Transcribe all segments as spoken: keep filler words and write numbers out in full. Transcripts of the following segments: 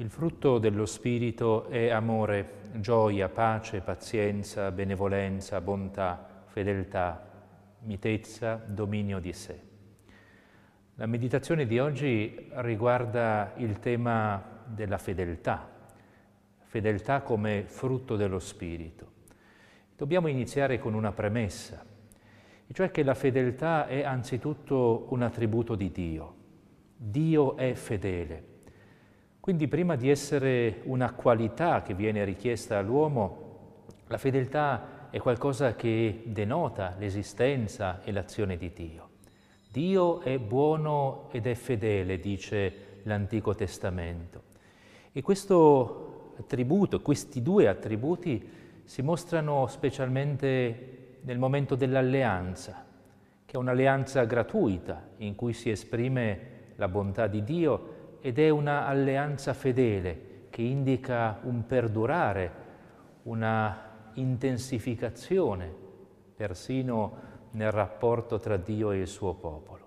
Il frutto dello Spirito è amore, gioia, pace, pazienza, benevolenza, bontà, fedeltà, mitezza, dominio di sé. La meditazione di oggi riguarda il tema della fedeltà, fedeltà come frutto dello Spirito. Dobbiamo iniziare con una premessa, e cioè che la fedeltà è anzitutto un attributo di Dio. Dio è fedele. Quindi prima di essere una qualità che viene richiesta all'uomo, la fedeltà è qualcosa che denota l'esistenza e l'azione di Dio. Dio è buono ed è fedele, dice l'Antico Testamento. E questo attributo, questi due attributi si mostrano specialmente nel momento dell'alleanza, che è un'alleanza gratuita in cui si esprime la bontà di Dio ed è una alleanza fedele che indica un perdurare, una intensificazione persino nel rapporto tra Dio e il suo popolo.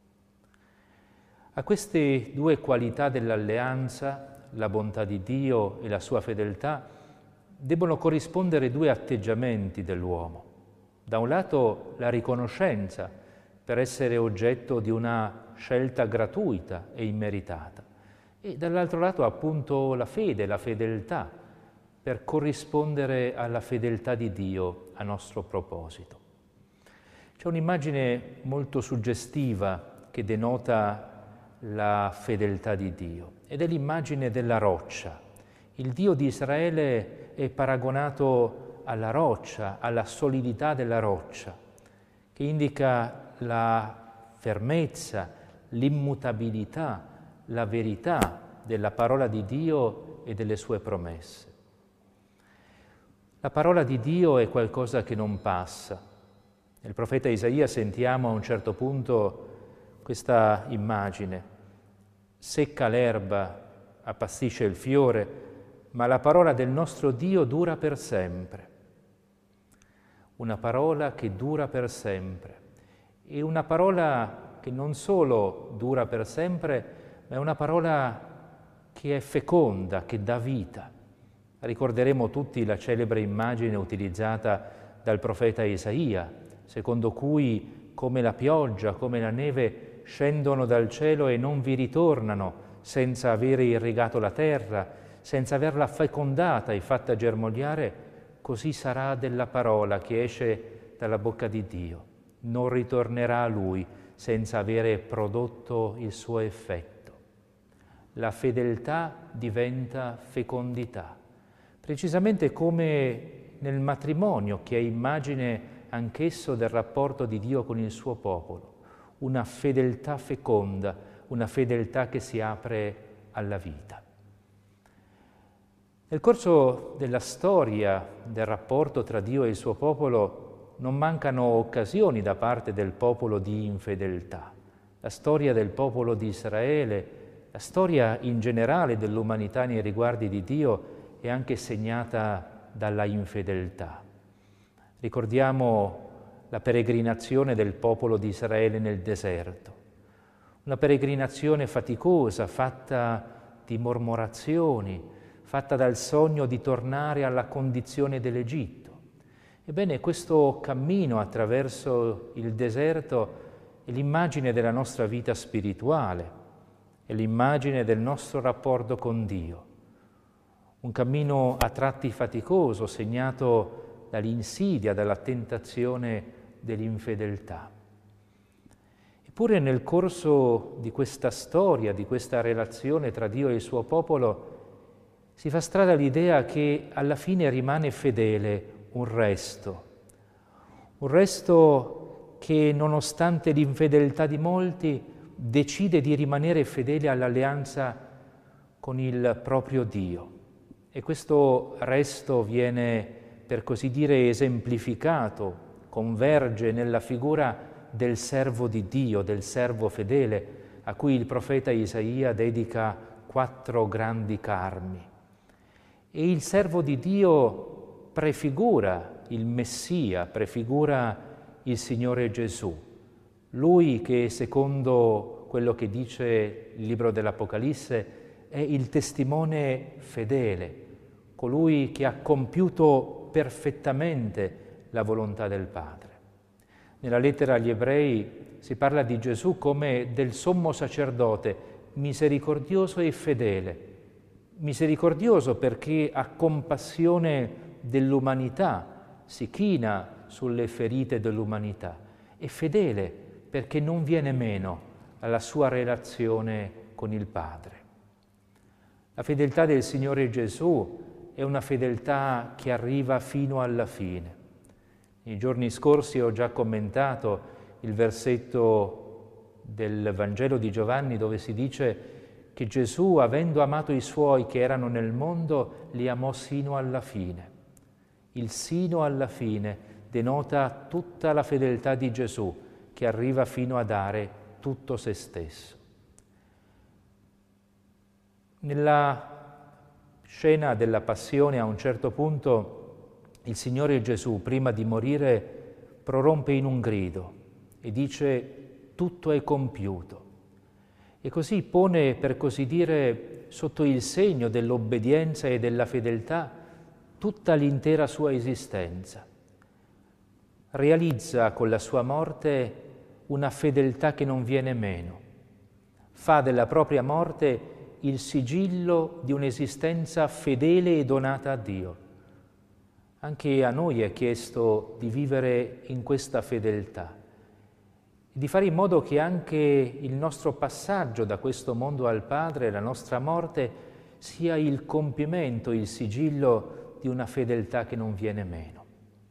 A queste due qualità dell'alleanza, la bontà di Dio e la sua fedeltà, debbono corrispondere due atteggiamenti dell'uomo. Da un lato la riconoscenza per essere oggetto di una scelta gratuita e immeritata, e dall'altro lato appunto la fede, la fedeltà, per corrispondere alla fedeltà di Dio a nostro proposito. C'è un'immagine molto suggestiva che denota la fedeltà di Dio, ed è l'immagine della roccia. Il Dio di Israele è paragonato alla roccia, alla solidità della roccia, che indica la fermezza, l'immutabilità, la verità della parola di Dio e delle sue promesse. La parola di Dio è qualcosa che non passa. Nel profeta Isaia sentiamo a un certo punto questa immagine: secca l'erba, appassisce il fiore, ma la parola del nostro Dio dura per sempre. Una parola che dura per sempre. E una parola che non solo dura per sempre, ma è una parola che è feconda, che dà vita. Ricorderemo tutti la celebre immagine utilizzata dal profeta Isaia, secondo cui come la pioggia, come la neve scendono dal cielo e non vi ritornano senza avere irrigato la terra, senza averla fecondata e fatta germogliare, così sarà della parola che esce dalla bocca di Dio. Non ritornerà a Lui senza avere prodotto il suo effetto. La fedeltà diventa fecondità, precisamente come nel matrimonio, che è immagine anch'esso del rapporto di Dio con il suo popolo, una fedeltà feconda, una fedeltà che si apre alla vita. Nel corso della storia del rapporto tra Dio e il suo popolo non mancano occasioni da parte del popolo di infedeltà. La storia del popolo di Israele, la storia in generale dell'umanità nei riguardi di Dio è anche segnata dalla infedeltà. Ricordiamo la peregrinazione del popolo di Israele nel deserto, una peregrinazione faticosa, fatta di mormorazioni, fatta dal sogno di tornare alla condizione dell'Egitto. Ebbene, questo cammino attraverso il deserto è l'immagine della nostra vita spirituale, è l'immagine del nostro rapporto con Dio. Un cammino a tratti faticoso, segnato dall'insidia, dalla tentazione dell'infedeltà. Eppure nel corso di questa storia, di questa relazione tra Dio e il suo popolo, si fa strada l'idea che alla fine rimane fedele un resto, un resto che nonostante l'infedeltà di molti decide di rimanere fedele all'alleanza con il proprio Dio. E questo resto viene, per così dire, esemplificato, converge nella figura del servo di Dio, del servo fedele, a cui il profeta Isaia dedica quattro grandi carmi. E il servo di Dio prefigura il Messia, prefigura il Signore Gesù, Lui che secondo quello che dice il libro dell'Apocalisse è il testimone fedele, colui che ha compiuto perfettamente la volontà del Padre. Nella lettera agli Ebrei si parla di Gesù come del sommo sacerdote misericordioso e fedele. Misericordioso perché ha compassione dell'umanità, si china sulle ferite dell'umanità, e fedele perché non viene meno alla sua relazione con il Padre. La fedeltà del Signore Gesù è una fedeltà che arriva fino alla fine. Nei giorni scorsi ho già commentato il versetto del Vangelo di Giovanni dove si dice che Gesù, avendo amato i Suoi che erano nel mondo, li amò sino alla fine. Il sino alla fine denota tutta la fedeltà di Gesù, che arriva fino a dare tutto se stesso. Nella scena della passione, a un certo punto, il Signore Gesù, prima di morire, prorompe in un grido e dice: tutto è compiuto. E così pone, per così dire, sotto il segno dell'obbedienza e della fedeltà tutta l'intera sua esistenza. Realizza con la sua morte una fedeltà che non viene meno. Fa della propria morte il sigillo di un'esistenza fedele e donata a Dio. Anche a noi è chiesto di vivere in questa fedeltà, di fare in modo che anche il nostro passaggio da questo mondo al Padre, la nostra morte, sia il compimento, il sigillo di una fedeltà che non viene meno.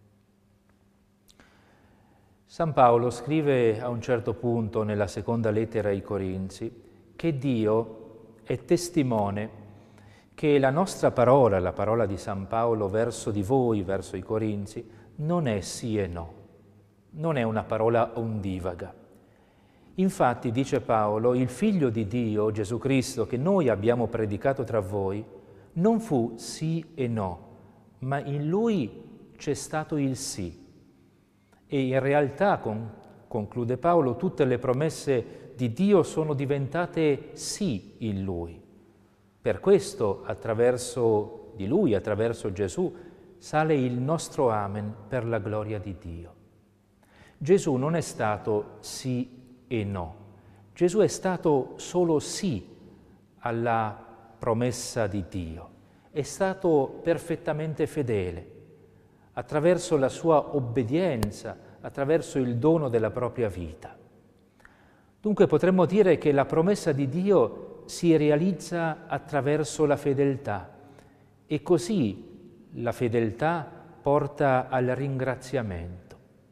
San Paolo scrive a un certo punto nella seconda lettera ai Corinzi che Dio è testimone che la nostra parola, la parola di San Paolo verso di voi, verso i Corinzi, non è sì e no. Non è una parola ondivaga. Infatti, dice Paolo, il Figlio di Dio, Gesù Cristo, che noi abbiamo predicato tra voi, non fu sì e no, ma in Lui c'è stato il sì. E in realtà, con, conclude Paolo, tutte le promesse di Dio sono diventate sì in Lui. Per questo, attraverso di Lui, attraverso Gesù, sale il nostro Amen per la gloria di Dio. Gesù non è stato sì e no. Gesù è stato solo sì alla promessa di Dio. È stato perfettamente fedele attraverso la sua obbedienza, attraverso il dono della propria vita. Dunque potremmo dire che la promessa di Dio si realizza attraverso la fedeltà e così la fedeltà porta al ringraziamento.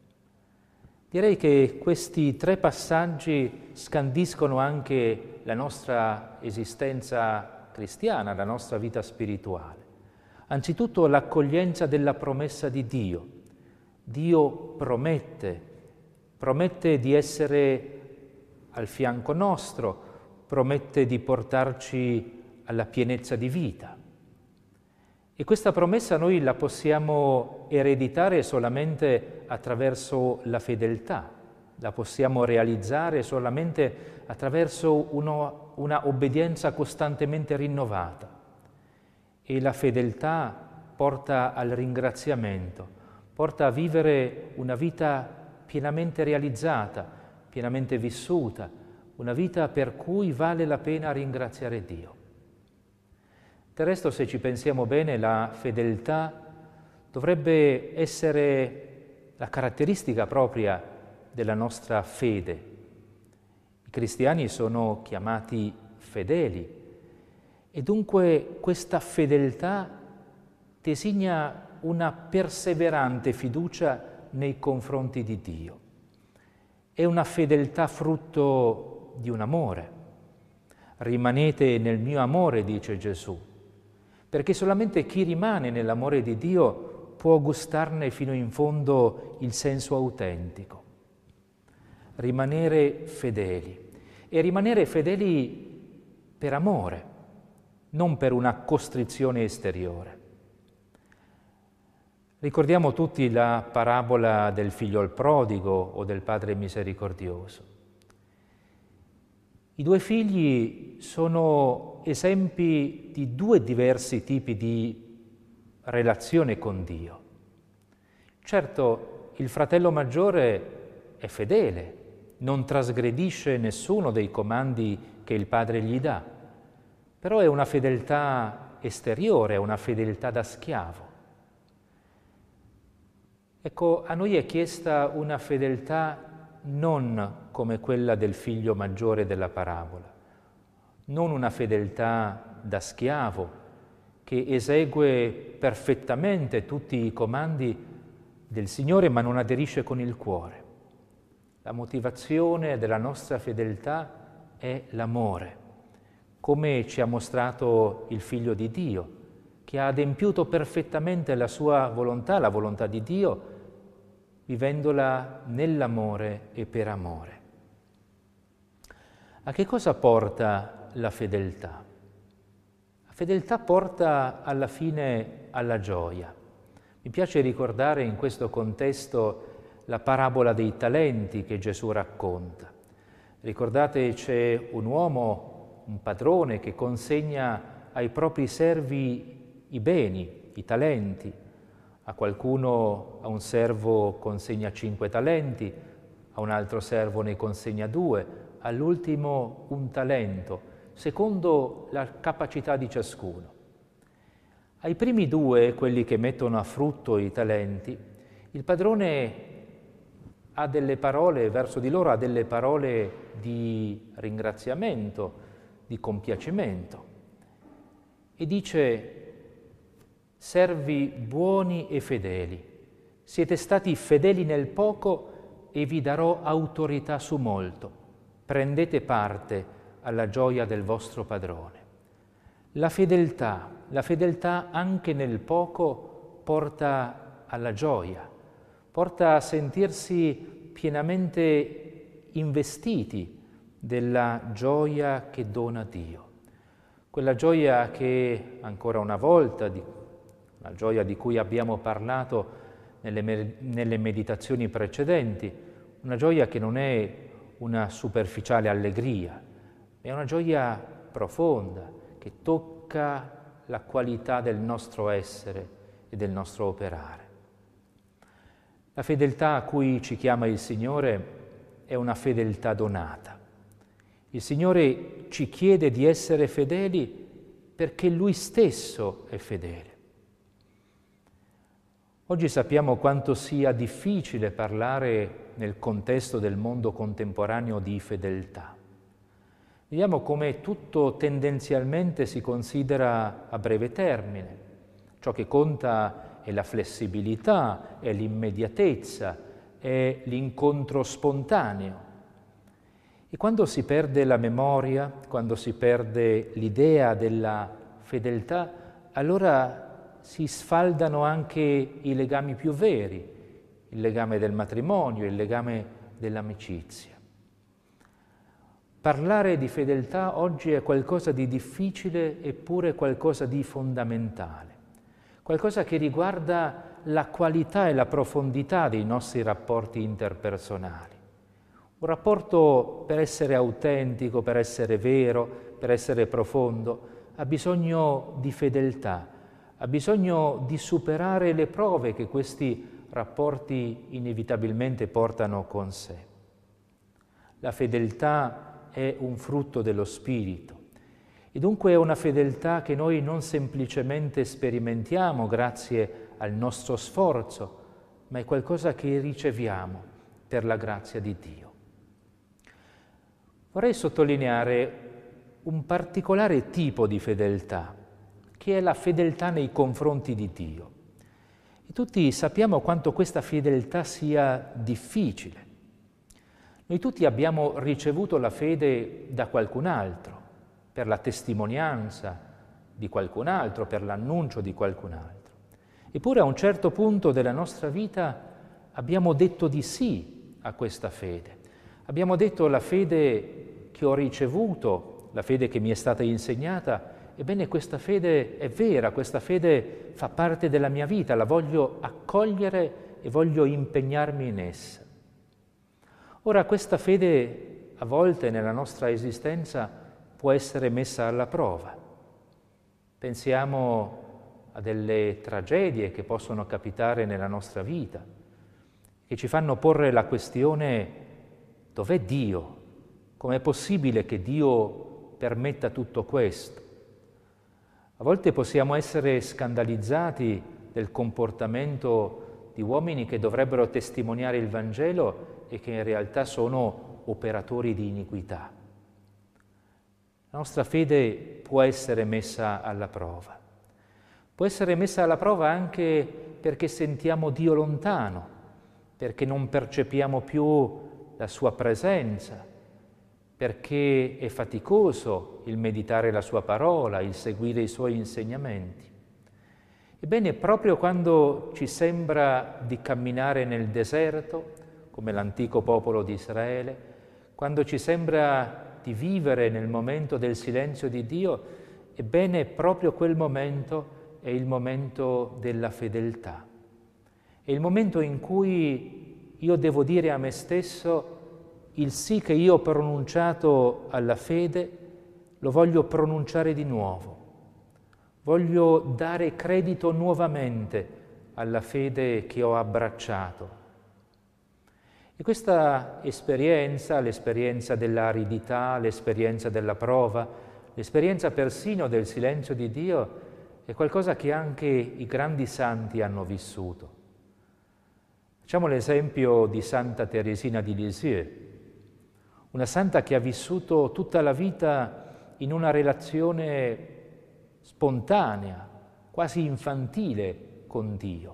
Direi che questi tre passaggi scandiscono anche la nostra esistenza cristiana, la nostra vita spirituale. Anzitutto l'accoglienza della promessa di Dio. Dio promette, promette di essere al fianco nostro, promette di portarci alla pienezza di vita. E questa promessa noi la possiamo ereditare solamente attraverso la fedeltà, la possiamo realizzare solamente attraverso uno, una obbedienza costantemente rinnovata. E la fedeltà porta al ringraziamento, porta a vivere una vita pienamente realizzata, pienamente vissuta, una vita per cui vale la pena ringraziare Dio. Del resto, se ci pensiamo bene, la fedeltà dovrebbe essere la caratteristica propria della nostra fede. I cristiani sono chiamati fedeli e dunque questa fedeltà designa una perseverante fiducia nei confronti di Dio. È una fedeltà frutto di un amore. Rimanete nel mio amore, dice Gesù, perché solamente chi rimane nell'amore di Dio può gustarne fino in fondo il senso autentico. Rimanere fedeli. E rimanere fedeli per amore, non per una costrizione esteriore. Ricordiamo tutti la parabola del figliol prodigo o del padre misericordioso. I due figli sono esempi di due diversi tipi di relazione con Dio. Certo, il fratello maggiore è fedele, non trasgredisce nessuno dei comandi che il padre gli dà, però è una fedeltà esteriore, è una fedeltà da schiavo. Ecco, a noi è chiesta una fedeltà non come quella del figlio maggiore della parabola, non una fedeltà da schiavo che esegue perfettamente tutti i comandi del Signore ma non aderisce con il cuore. La motivazione della nostra fedeltà è l'amore, come ci ha mostrato il Figlio di Dio, che ha adempiuto perfettamente la sua volontà, la volontà di Dio, vivendola nell'amore e per amore. A che cosa porta la fedeltà? La fedeltà porta alla fine alla gioia. Mi piace ricordare in questo contesto la parabola dei talenti che Gesù racconta. Ricordate, c'è un uomo, un padrone, che consegna ai propri servi i beni, i talenti. A qualcuno, a un servo consegna cinque talenti, a un altro servo ne consegna due, all'ultimo un talento, secondo la capacità di ciascuno. Ai primi due, quelli che mettono a frutto i talenti, il padrone ha delle parole, verso di loro ha delle parole di ringraziamento, di compiacimento, e dice: servi buoni e fedeli, siete stati fedeli nel poco e vi darò autorità su molto. Prendete parte alla gioia del vostro padrone. La fedeltà, la fedeltà anche nel poco porta alla gioia, porta a sentirsi pienamente investiti della gioia che dona Dio. Quella gioia che, ancora una volta, di la gioia di cui abbiamo parlato nelle, me- nelle meditazioni precedenti, una gioia che non è una superficiale allegria, è una gioia profonda che tocca la qualità del nostro essere e del nostro operare. La fedeltà a cui ci chiama il Signore è una fedeltà donata. Il Signore ci chiede di essere fedeli perché Lui stesso è fedele. Oggi sappiamo quanto sia difficile parlare nel contesto del mondo contemporaneo di fedeltà. Vediamo come tutto tendenzialmente si considera a breve termine. Ciò che conta è la flessibilità, è l'immediatezza, è l'incontro spontaneo. E quando si perde la memoria, quando si perde l'idea della fedeltà, allora si sfaldano anche i legami più veri, il legame del matrimonio, il legame dell'amicizia. Parlare di fedeltà oggi è qualcosa di difficile eppure qualcosa di fondamentale, qualcosa che riguarda la qualità e la profondità dei nostri rapporti interpersonali. Un rapporto, per essere autentico, per essere vero, per essere profondo, ha bisogno di fedeltà, ha bisogno di superare le prove che questi rapporti inevitabilmente portano con sé. La fedeltà è un frutto dello Spirito e dunque è una fedeltà che noi non semplicemente sperimentiamo grazie al nostro sforzo, ma è qualcosa che riceviamo per la grazia di Dio. Vorrei sottolineare un particolare tipo di fedeltà, che è la fedeltà nei confronti di Dio. E tutti sappiamo quanto questa fedeltà sia difficile. Noi tutti abbiamo ricevuto la fede da qualcun altro, per la testimonianza di qualcun altro, per l'annuncio di qualcun altro. Eppure a un certo punto della nostra vita abbiamo detto di sì a questa fede. Abbiamo detto: la fede che ho ricevuto, la fede che mi è stata insegnata, ebbene questa fede è vera, questa fede fa parte della mia vita, la voglio accogliere e voglio impegnarmi in essa. Ora questa fede a volte nella nostra esistenza può essere messa alla prova. Pensiamo a delle tragedie che possono capitare nella nostra vita, che ci fanno porre la questione: dov'è Dio? Com'è possibile che Dio permetta tutto questo? A volte possiamo essere scandalizzati del comportamento di uomini che dovrebbero testimoniare il Vangelo e che in realtà sono operatori di iniquità. La nostra fede può essere messa alla prova. Può essere messa alla prova anche perché sentiamo Dio lontano, perché non percepiamo più la sua presenza, perché è faticoso il meditare la sua parola, il seguire i suoi insegnamenti. Ebbene, proprio quando ci sembra di camminare nel deserto, come l'antico popolo di Israele, quando ci sembra di vivere nel momento del silenzio di Dio, ebbene, proprio quel momento è il momento della fedeltà. È il momento in cui io devo dire a me stesso: il sì che io ho pronunciato alla fede lo voglio pronunciare di nuovo. Voglio dare credito nuovamente alla fede che ho abbracciato. E questa esperienza, l'esperienza dell'aridità, l'esperienza della prova, l'esperienza persino del silenzio di Dio, è qualcosa che anche i grandi santi hanno vissuto. Facciamo l'esempio di Santa Teresina di Lisieux, una santa che ha vissuto tutta la vita in una relazione spontanea, quasi infantile con Dio.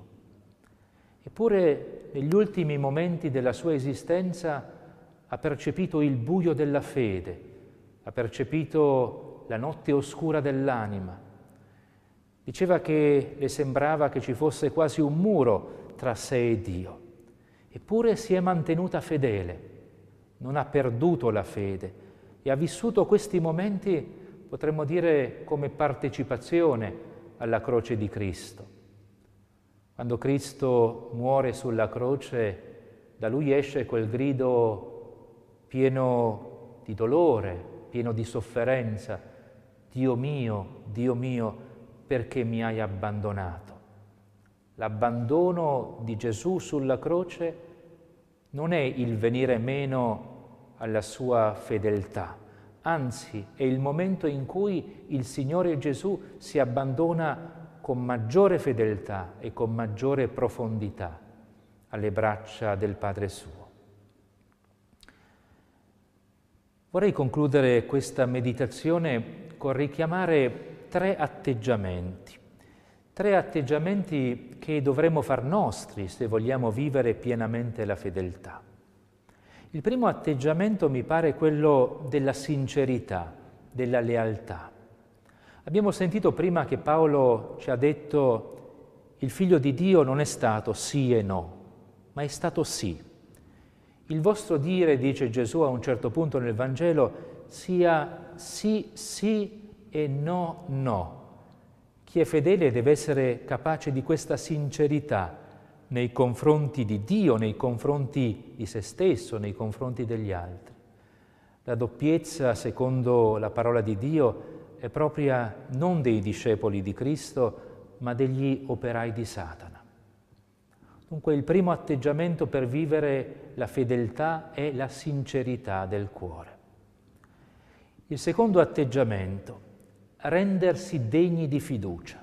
Eppure negli ultimi momenti della sua esistenza ha percepito il buio della fede, ha percepito la notte oscura dell'anima. Diceva che le sembrava che ci fosse quasi un muro tra sé e Dio. Eppure si è mantenuta fedele, non ha perduto la fede e ha vissuto questi momenti, potremmo dire, come partecipazione alla croce di Cristo. Quando Cristo muore sulla croce, da lui esce quel grido pieno di dolore, pieno di sofferenza: Dio mio, Dio mio, perché mi hai abbandonato? L'abbandono di Gesù sulla croce non è il venire meno alla sua fedeltà, anzi è il momento in cui il Signore Gesù si abbandona con maggiore fedeltà e con maggiore profondità alle braccia del Padre suo. Vorrei concludere questa meditazione con richiamare tre atteggiamenti, tre atteggiamenti che dovremmo far nostri se vogliamo vivere pienamente la fedeltà. Il primo atteggiamento mi pare quello della sincerità, della lealtà. Abbiamo sentito prima che Paolo ci ha detto: il Figlio di Dio non è stato sì e no, ma è stato sì. Il vostro dire, dice Gesù a un certo punto nel Vangelo, sia sì, sì e no, no. Chi è fedele deve essere capace di questa sincerità nei confronti di Dio, nei confronti di se stesso, nei confronti degli altri. La doppiezza, secondo la parola di Dio, è propria non dei discepoli di Cristo, ma degli operai di Satana. Dunque il primo atteggiamento per vivere la fedeltà è la sincerità del cuore. Il secondo atteggiamento: rendersi degni di fiducia.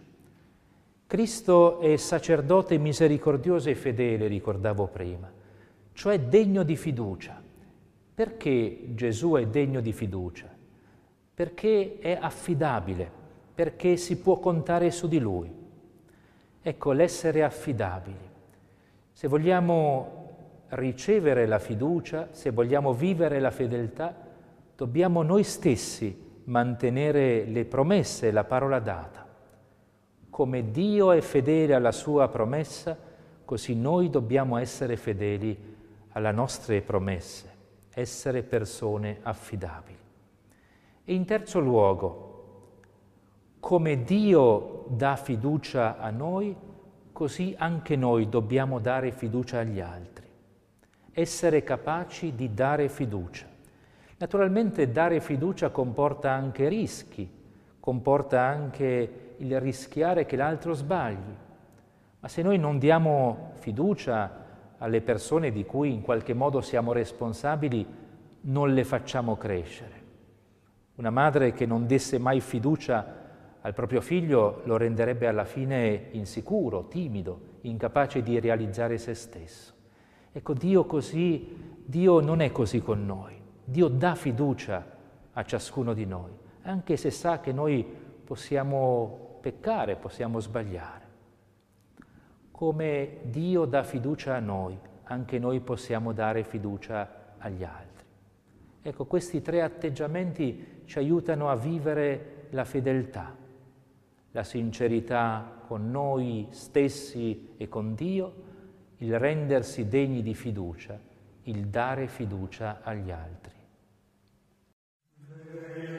Cristo è sacerdote misericordioso e fedele, ricordavo prima, cioè degno di fiducia. Perché Gesù è degno di fiducia? Perché è affidabile, perché si può contare su di Lui. Ecco, l'essere affidabili. Se vogliamo ricevere la fiducia, se vogliamo vivere la fedeltà, dobbiamo noi stessi mantenere le promesse, la parola data. Come Dio è fedele alla sua promessa, così noi dobbiamo essere fedeli alle nostre promesse, essere persone affidabili. E in terzo luogo, come Dio dà fiducia a noi, così anche noi dobbiamo dare fiducia agli altri. Essere capaci di dare fiducia. Naturalmente dare fiducia comporta anche rischi, comporta anche il rischiare che l'altro sbagli. Ma se noi non diamo fiducia alle persone di cui in qualche modo siamo responsabili, non le facciamo crescere. Una madre che non desse mai fiducia al proprio figlio lo renderebbe alla fine insicuro, timido, incapace di realizzare se stesso. Ecco, Dio così, Dio non è così con noi. Dio dà fiducia a ciascuno di noi, anche se sa che noi possiamo peccare, possiamo sbagliare. Come Dio dà fiducia a noi, anche noi possiamo dare fiducia agli altri. Ecco, questi tre atteggiamenti ci aiutano a vivere la fedeltà, la sincerità con noi stessi e con Dio, il rendersi degni di fiducia, il dare fiducia agli altri.